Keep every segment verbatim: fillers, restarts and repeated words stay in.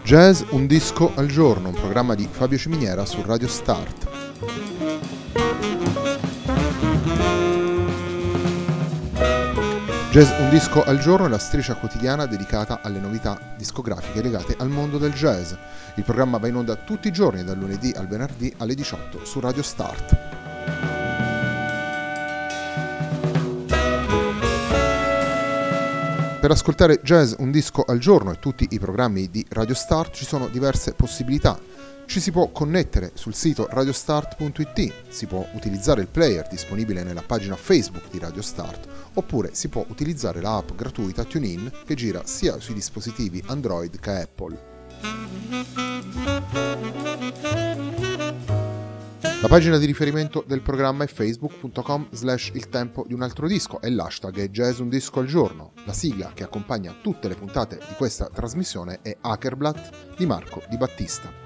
Jazz Un Disco al Giorno, un programma di Fabio Ciminiera su Radio Start. Jazz Un Disco al Giorno è la striscia quotidiana dedicata alle novità discografiche legate al mondo del jazz. Il programma va in onda tutti i giorni, dal lunedì al venerdì alle diciotto su Radio Start. Per ascoltare Jazz Un Disco al Giorno e tutti i programmi di Radio Start ci sono diverse possibilità. Ci si può connettere sul sito radiostart punto it, si può utilizzare il player disponibile nella pagina Facebook di Radio Start, oppure si può utilizzare la app gratuita TuneIn che gira sia sui dispositivi Android che Apple. La pagina di riferimento del programma è facebook punto com slash il tempo di un altro disco e l'hashtag è Jazz Un Disco al Giorno. La sigla che accompagna tutte le puntate di questa trasmissione è Hackerblatt di Marco Di Battista.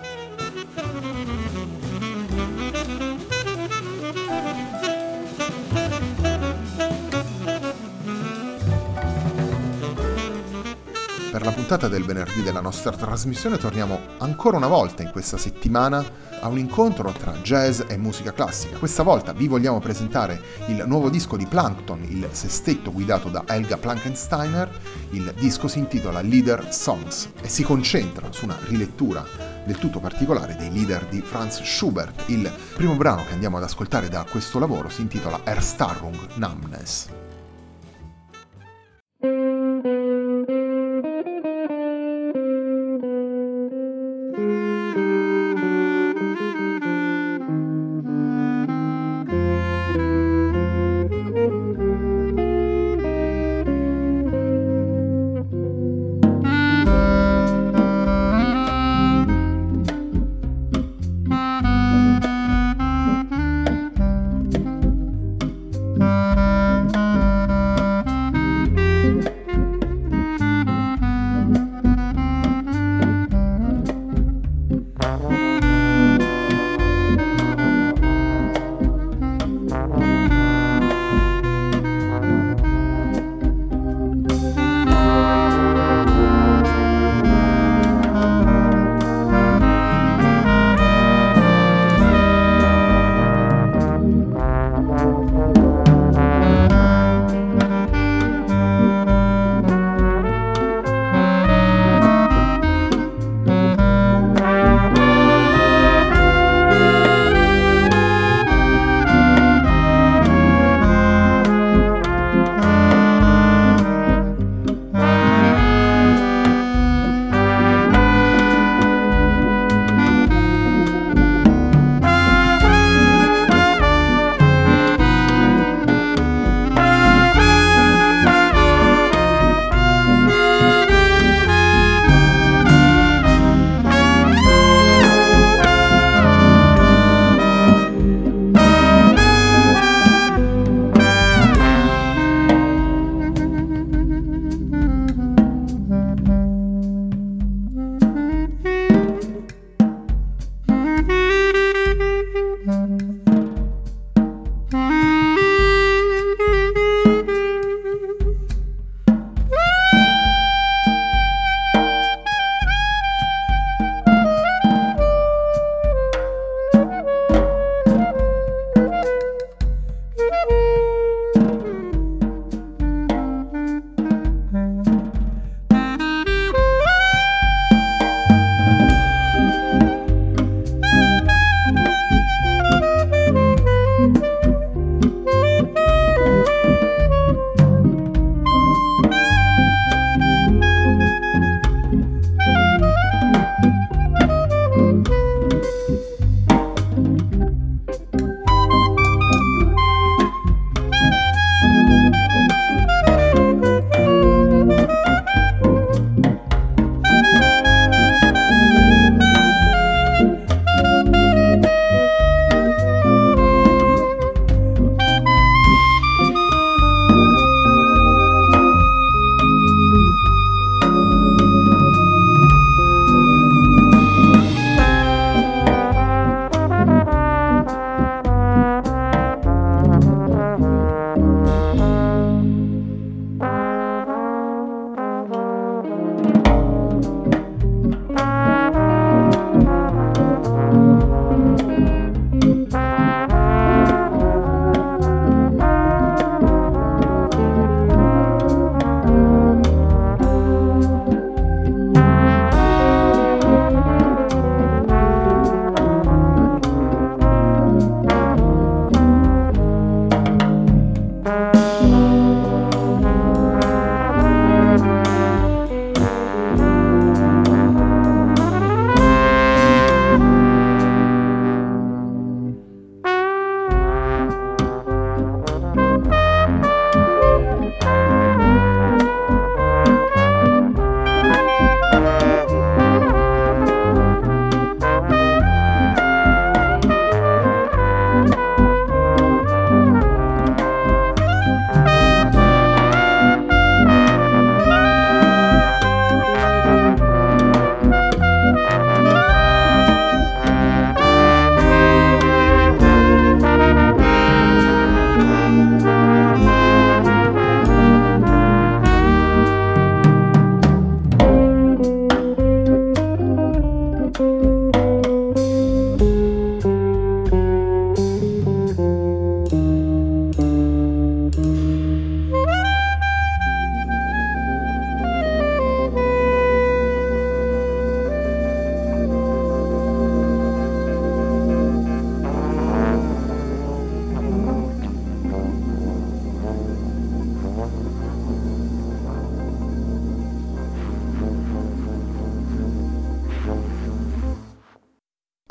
Per la puntata del venerdì della nostra trasmissione torniamo ancora una volta in questa settimana a un incontro tra jazz e musica classica. Questa volta vi vogliamo presentare il nuovo disco di Plankton, il sestetto guidato da Helga Plankensteiner. Il disco si intitola Lieder Songs e si concentra su una rilettura del tutto particolare dei Lieder di Franz Schubert. Il primo brano che andiamo ad ascoltare da questo lavoro si intitola Erstarrung Numbness.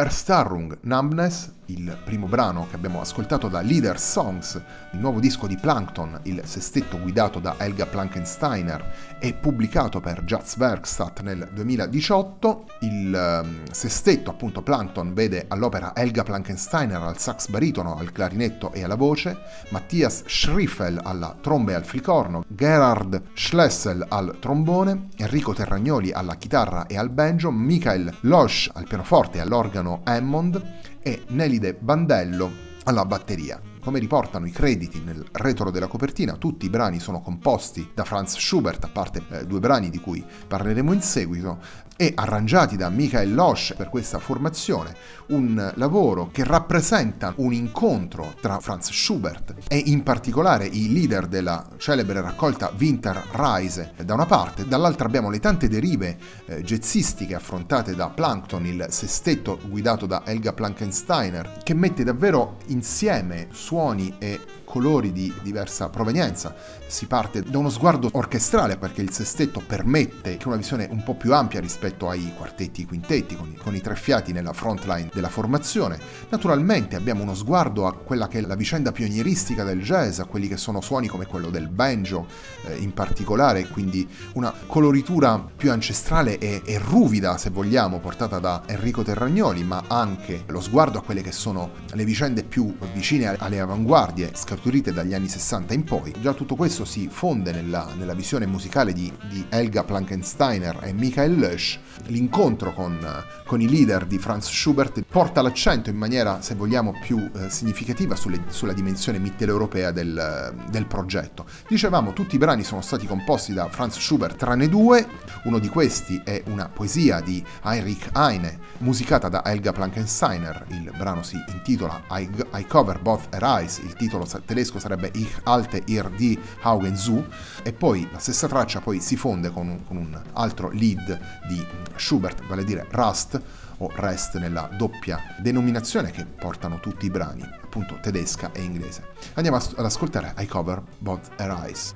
Erstarrung Numbness, il primo brano che abbiamo ascoltato da Leader Songs, il nuovo disco di Plankton, il sestetto guidato da Helga Plankensteiner e pubblicato per Jazzwerkstatt nel duemiladiciotto. Il um, sestetto, appunto, Plankton vede all'opera Helga Plankensteiner al sax baritono, al clarinetto e alla voce, Matthias Schriffel alla tromba e al flicorno, Gerhard Schlessel al trombone, Enrico Terragnoli alla chitarra e al banjo, Michael Losch al pianoforte e all'organo Hammond e Nelide Bandello alla batteria. Come riportano i crediti nel retro della copertina, tutti i brani sono composti da Franz Schubert, a parte eh, due brani di cui parleremo in seguito, e arrangiati da Michael Losch per questa formazione, un lavoro che rappresenta un incontro tra Franz Schubert e in particolare i leader della celebre raccolta Winterreise da una parte, dall'altra abbiamo le tante derive eh, jazzistiche affrontate da Plankton, il sestetto guidato da Helga Plankensteiner, che mette davvero insieme suoni e colori di diversa provenienza. Si parte da uno sguardo orchestrale, perché il sestetto permette una visione un po' più ampia rispetto ai quartetti e i quintetti, con i, con i tre fiati nella frontline della formazione. Naturalmente abbiamo uno sguardo a quella che è la vicenda pionieristica del jazz, a quelli che sono suoni come quello del banjo eh, in particolare, quindi una coloritura più ancestrale e, e ruvida, se vogliamo, portata da Enrico Terragnoli, ma anche lo sguardo a quelle che sono le vicende più vicine alle avanguardie scaturite dagli anni sessanta in poi. Già tutto questo si fonde nella, nella visione musicale di, di Helga Plankensteiner e Michael Losch. L'incontro con, con i leader di Franz Schubert porta l'accento in maniera, se vogliamo, più eh, significativa sulle, sulla dimensione mitteleuropea del, del progetto. Dicevamo, tutti i brani sono stati composti da Franz Schubert, tranne due. Uno di questi è una poesia di Heinrich Heine, musicata da Helga Plankensteiner. Il brano si intitola I, I Cover Both Her Eyes, il titolo tedesco sarebbe Ich halte ihr die Augen zu, e poi la stessa traccia poi si fonde con un, con un altro lead di Schubert, vale a dire Rust o Rest nella doppia denominazione che portano tutti i brani, appunto tedesca e inglese. Andiamo ad ascoltare I Cover Both Her Eyes.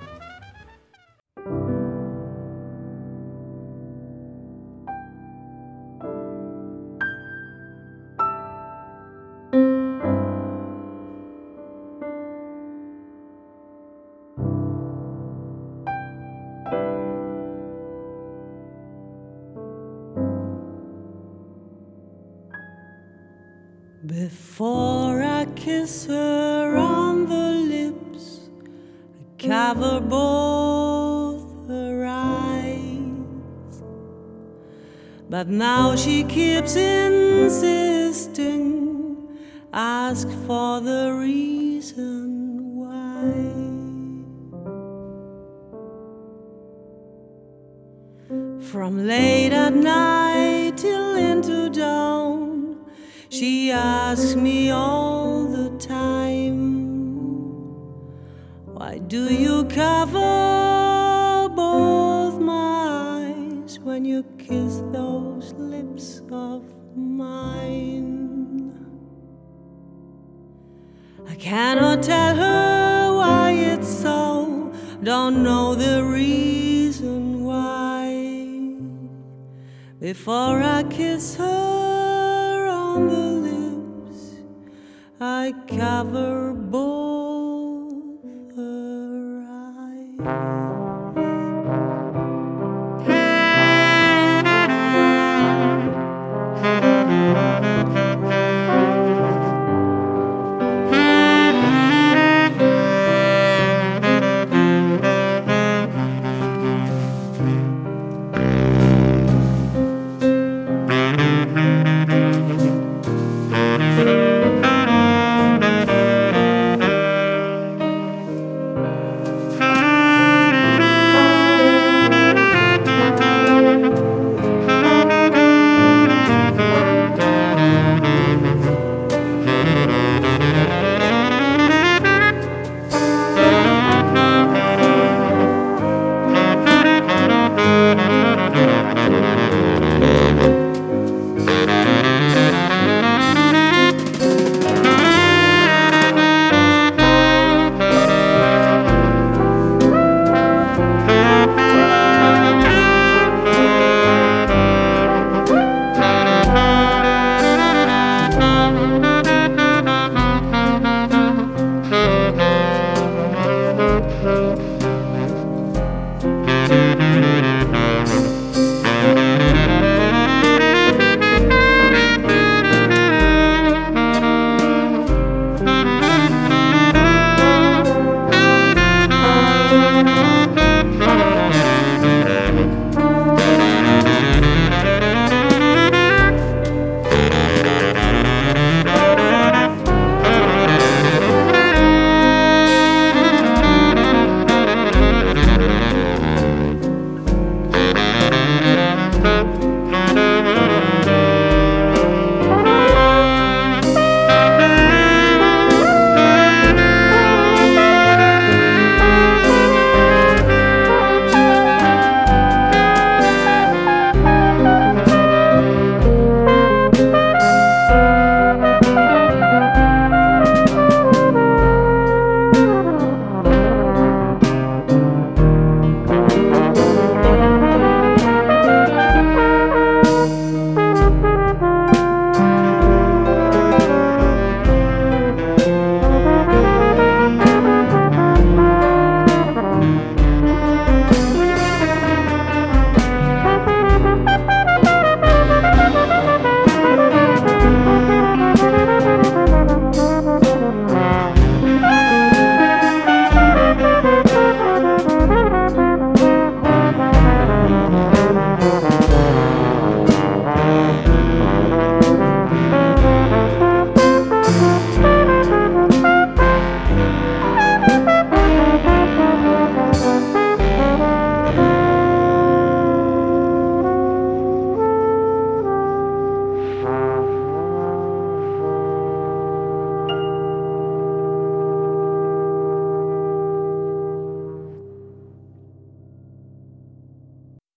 Before I kiss her on the lips, I cover both her eyes. But now she keeps insisting, ask for the reason why. From late at night till into dawn, she asks me all the time, why do you cover both my eyes when you kiss those lips of mine? I cannot tell her why it's so, don't know the reason why. Before I kiss her on the lips, I cover both her eyes.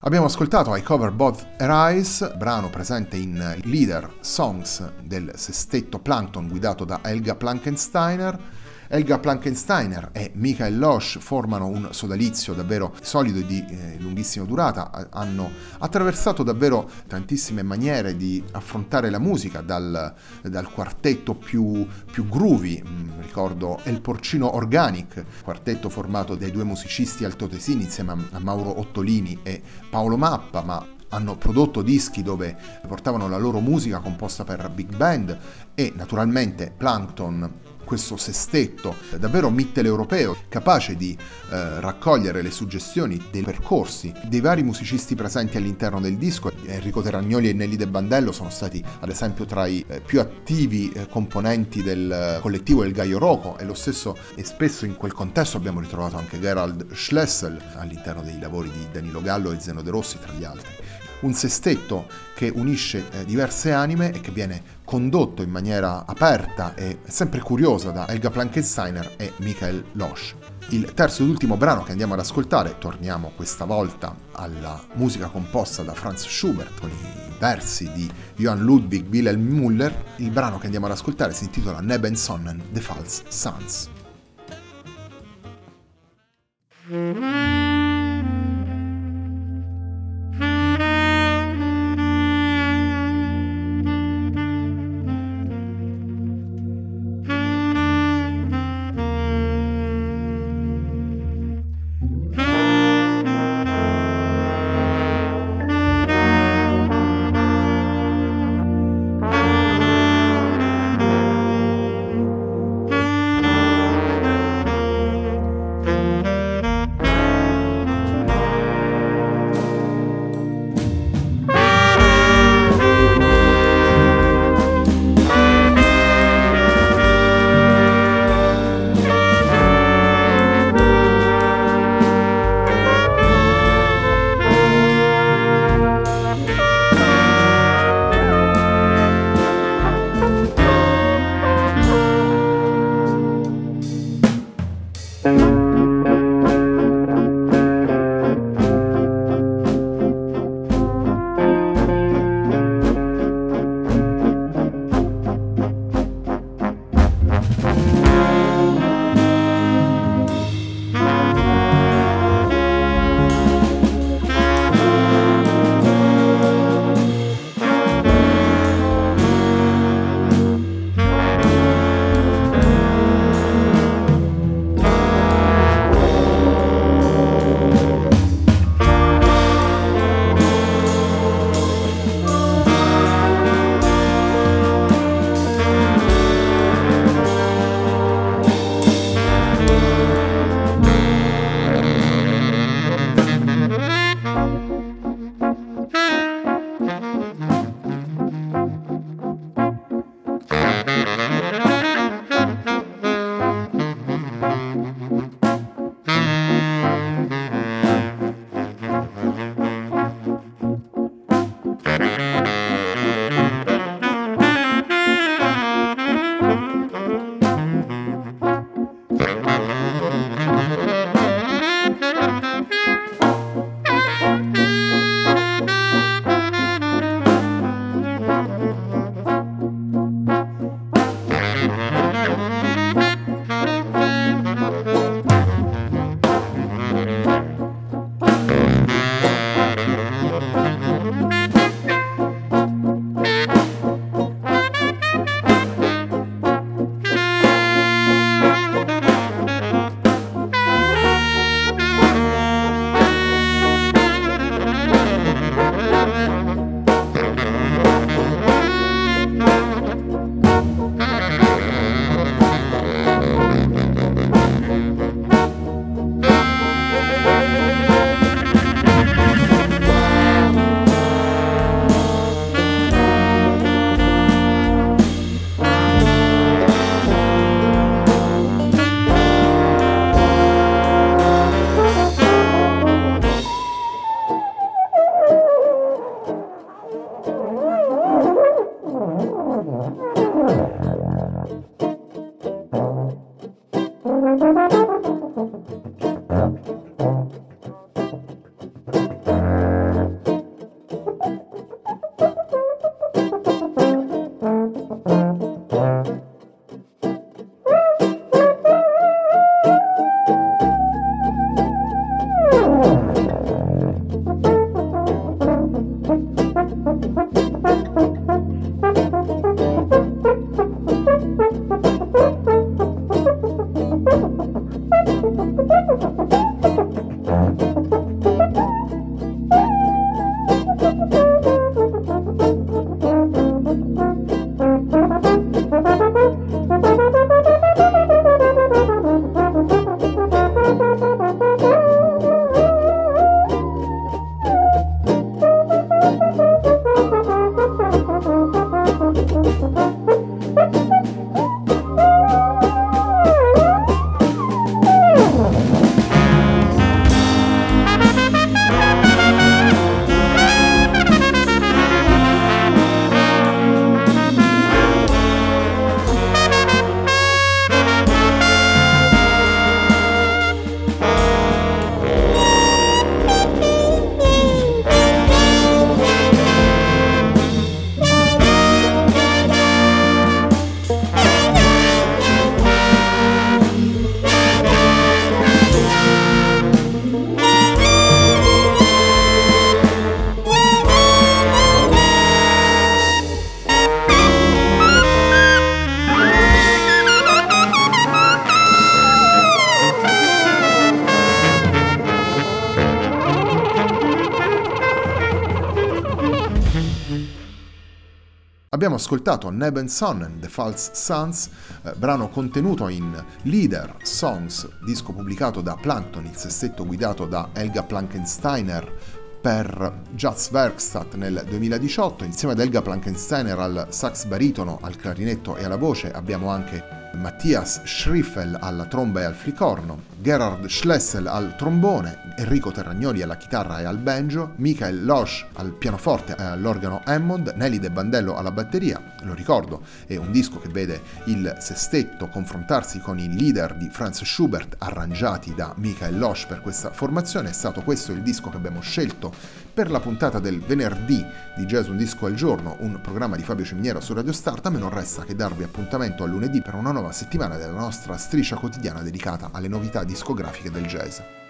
Abbiamo ascoltato I Cover Both Her Eyes, brano presente in Leader Songs del sestetto Plankton guidato da Helga Plankensteiner. Helga Plankensteiner e Michael Losh formano un sodalizio davvero solido e di eh, lunghissima durata, hanno attraversato davvero tantissime maniere di affrontare la musica, dal, dal quartetto più, più groovy, mm, ricordo El Porcino Organic, quartetto formato dai due musicisti altoatesini insieme a, a Mauro Ottolini e Paolo Mappa, ma hanno prodotto dischi dove portavano la loro musica composta per big band, e naturalmente Plankton, questo sestetto davvero mitteleuropeo, capace di eh, raccogliere le suggestioni dei percorsi dei vari musicisti presenti all'interno del disco. Enrico Terragnoli e Nelly De Bandello sono stati ad esempio tra i eh, più attivi eh, componenti del collettivo El Gallo Roco, e lo stesso, e spesso in quel contesto abbiamo ritrovato anche Gerald Schlessel all'interno dei lavori di Danilo Gallo e Zeno De Rossi tra gli altri. Un sestetto che unisce eh, diverse anime e che viene condotto in maniera aperta e sempre curiosa da Helga Plankensteiner e Michael Losh. Il terzo ed ultimo brano che andiamo ad ascoltare, torniamo questa volta alla musica composta da Franz Schubert con i versi di Johann Ludwig Wilhelm Müller. Il brano che andiamo ad ascoltare si intitola Nebensonnen, The False Suns. Abbiamo ascoltato Neben Sonnen, The False Sons, eh, brano contenuto in Lieder Songs, disco pubblicato da Plankton, il sestetto guidato da Helga Plankensteiner per Jazzwerkstatt nel duemiladiciotto. Insieme ad Helga Plankensteiner al sax baritono, al clarinetto e alla voce abbiamo anche Matthias Schriffel alla tromba e al flicorno, Gerhard Schlessel al trombone, Enrico Terragnoli alla chitarra e al banjo, Michael Losch al pianoforte e all'organo Hammond, Nelly De Bandello alla batteria. Lo ricordo, è un disco che vede il sestetto confrontarsi con i leader di Franz Schubert arrangiati da Michael Losch per questa formazione. È stato questo il disco che abbiamo scelto per la puntata del venerdì di Jazz Un Disco al Giorno, un programma di Fabio Ciminiera su Radio Start. A me non resta che darvi appuntamento a lunedì per una nuova settimana della nostra striscia quotidiana dedicata alle novità discografiche del jazz.